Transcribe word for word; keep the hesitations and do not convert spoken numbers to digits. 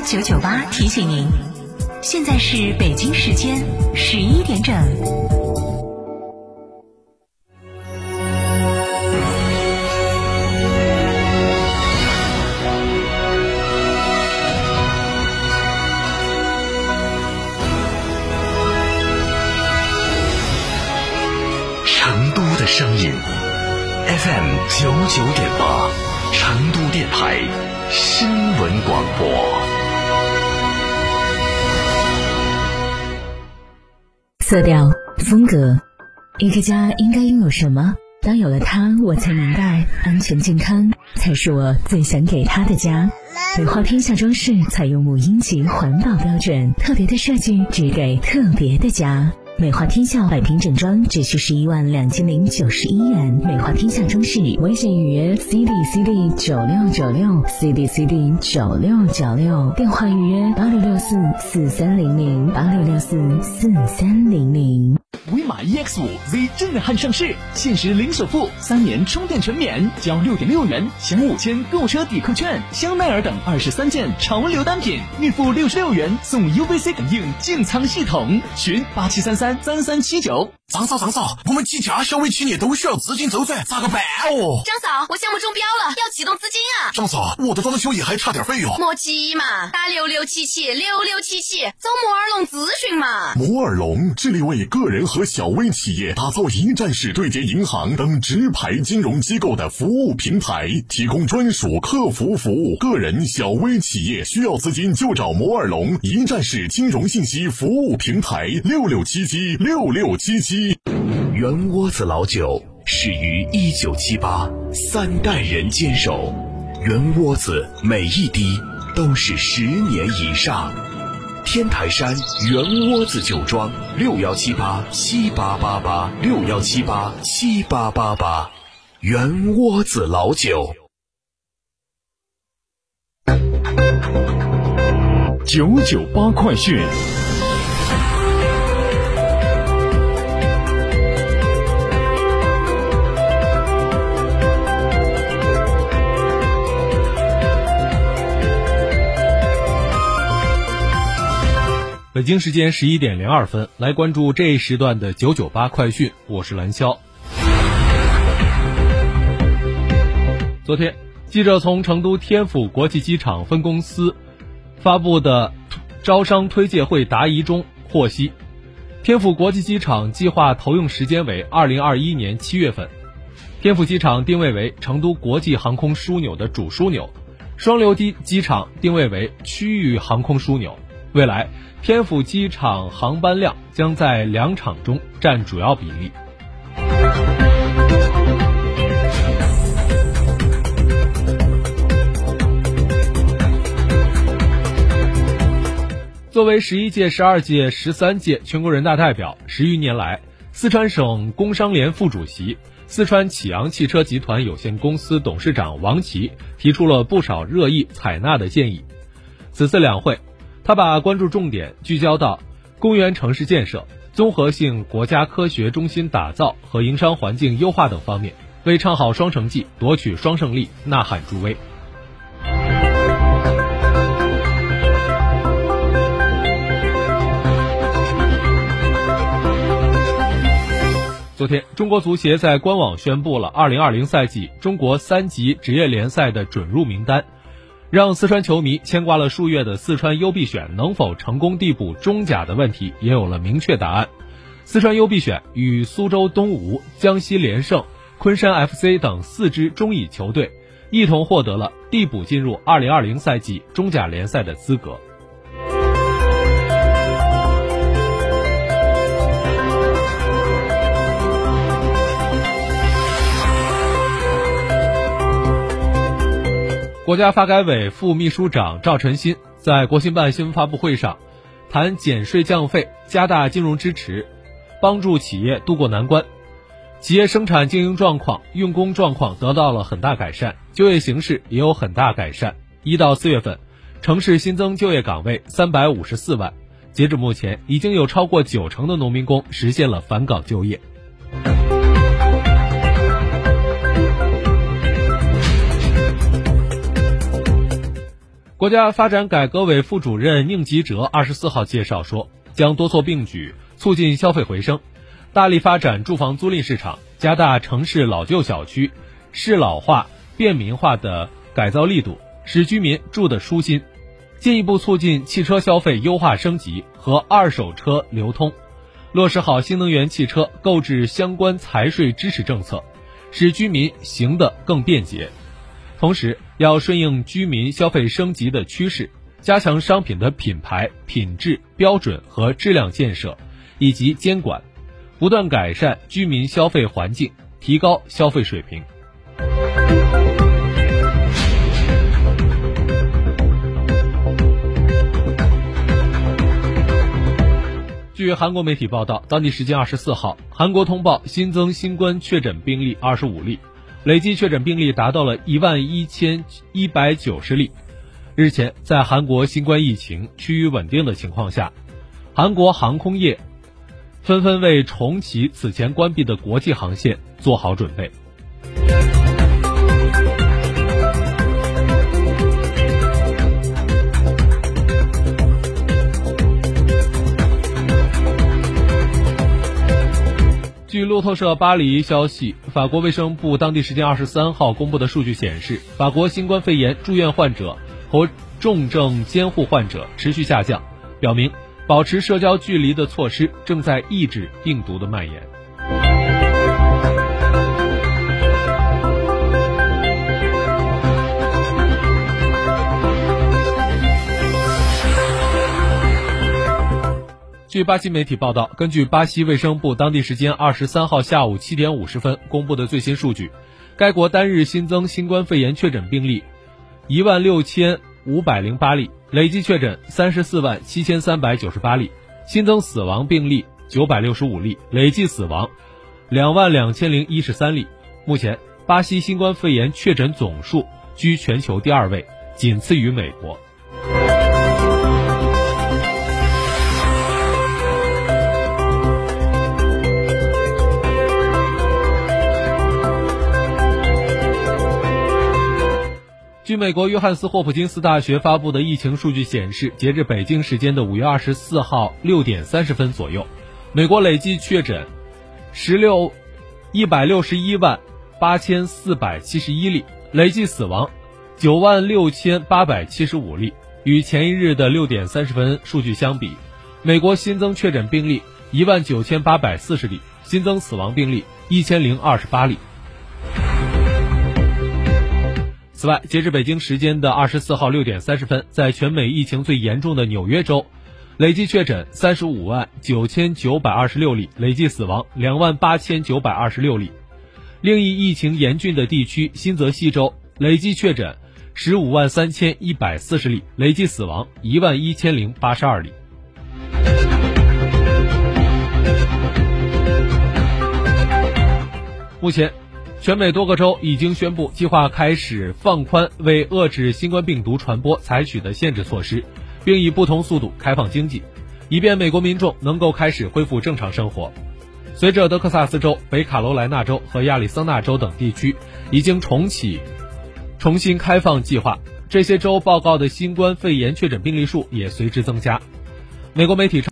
九九八提醒您，现在是北京时间十一点整。 成都的声音 F M 九九点八，成都电台新闻广播。 色调、风格，一个家应该拥有什么？当有了它，我才明白，安全健康才是我最想给他的家。美化天下装饰采用母婴级环保标准，特别的设计，只给特别的家。美化天下百平整装只需十一万两千零九十一元。美化天下装饰微信预约 C D C D 九六九六 C D C D 九六九六，电话预约八六六四四三零零八六六四四三零零。 威马 E X 五 Z 震撼上市，限时零首付，三年充电全免，交六点六元享五千购车抵扣券，香奈儿等二十三件潮流单品，预付六十六元送 U V C 感应净仓系统。群八七三三三三七九。 张嫂，张嫂，我们几家小微企业都需要资金周转，咋个办哦？ 张嫂，我项目中标了，要启动资金啊！ 张嫂，我的装修也还差点费用。 莫急嘛，打六六七七六六七七，找摩尔龙咨询嘛。 摩尔龙致力为个人和小微企业打造一站式对接银行等直排金融机构的服务平台，提供专属客服服务。个人、小微企业需要资金就找摩尔龙一站式金融信息服务平台，六六七七六六七七。 圆窝子老酒始于一九七八，三代人坚守，圆窝子每一滴都是十年以上。天台山圆窝子酒庄六幺七八七八八八六幺七八七八八八，圆窝子老酒。 九九八快讯。 北京时间十一点零二分，来关注这一时段的九九八快讯，我是蓝霄。昨天，记者从成都天府国际机场分公司发布的招商推介会答疑中获悉，天府国际机场计划投用时间为二零二一年七月份。天府机场定位为成都国际航空枢纽的主枢纽，双流机机场定位为区域航空枢纽。未来，天府机场航班量将在两场中占主要比例。作为十一届、十二届、十三届全国人大代表，十余年来，四川省工商联副主席、四川启昂汽车集团有限公司董事长王琦提出了不少热议采纳的建议。此次两会，他把关注重点聚焦到公园城市建设、综合性国家科学中心打造和营商环境优化等方面，为唱好双城记、夺取双胜利呐喊助威。昨天，中国足协在官网宣布了二零二零赛季中国三级职业联赛的准入名单，让四川球迷牵挂了数月的四川优必选能否成功递补中甲的问题也有了明确答案。四川优必选与苏州东吴、江西联盛、昆山 F C 等四支中乙球队一同获得了递补进入二零二零赛季中甲联赛的资格。国家发改委副秘书长赵晨新在国新办新闻发布会上谈减税降费，加大金融支持，帮助企业渡过难关。企业生产经营状况、用工状况得到了很大改善，就业形势也有很大改善。一到四月份，城市新增就业岗位三百五十四万，截至目前，已经有超过九成的农民工实现了返岗就业。 国家发展改革委副主任宁吉喆二十四号介绍说，将多措并举，促进消费回升，大力发展住房租赁市场，加大城市老旧小区适老化、便民化的改造力度，使居民住得舒心，进一步促进汽车消费优化升级和二手车流通，落实好新能源汽车购置相关财税支持政策，使居民行得更便捷。同时要顺应居民消费升级的趋势，加强商品的品牌、品质、标准和质量建设以及监管，不断改善居民消费环境，提高消费水平。据韩国媒体报道，当地时间二十四号，韩国通报新增新冠确诊病例二十五例，累计确诊病例达到了一万一千一百九十例。日前，在韩国新冠疫情趋于稳定的情况下，韩国航空业纷纷为重启此前关闭的国际航线做好准备。据路透社巴黎消息，法国卫生部当地时间二十三号公布的数据显示，法国新冠肺炎住院患者和重症监护患者持续下降，表明保持社交距离的措施正在抑制病毒的蔓延。据巴西媒体报道，根据巴西卫生部当地时间二十三号下午七点五十分公布的最新数据，该国单日新增新冠肺炎确诊病例一万六千五百零八例，累计确诊三十四万七千三百九十八例，新增死亡病例九百六十五例，累计死亡两万两千零一十三例。目前，巴西新冠肺炎确诊总数居全球第二位，仅次于美国。据美国约翰斯霍普金斯大学发布的疫情数据显示，截至北京时间的五月二十四号六点三十分左右，美国累计确诊十六一百六十一万八千四百七十一例，累计死亡九万六千八百七十五例。与前一日的六点三十分数据相比，美国新增确诊病例一万九千八百四十例，新增死亡病例一千零二十八例。此外，截至北京时间的二十四号六点三十分，在全美疫情最严重的纽约州，累计确诊三十五万九千九百二十六例，累计死亡两万八千九百二十六例。另一疫情严峻的地区新泽西州，累计确诊十五万三千一百四十例，累计死亡一万一千零八十二例。目前全美多个州已经宣布计划开始放宽为遏制新冠病毒传播采取的限制措施，并以不同速度开放经济，以便美国民众能够开始恢复正常生活。随着德克萨斯州、北卡罗来纳州和亚利桑那州等地区已经重启重新开放计划，这些州报告的新冠肺炎确诊病例数也随之增加。美国媒体称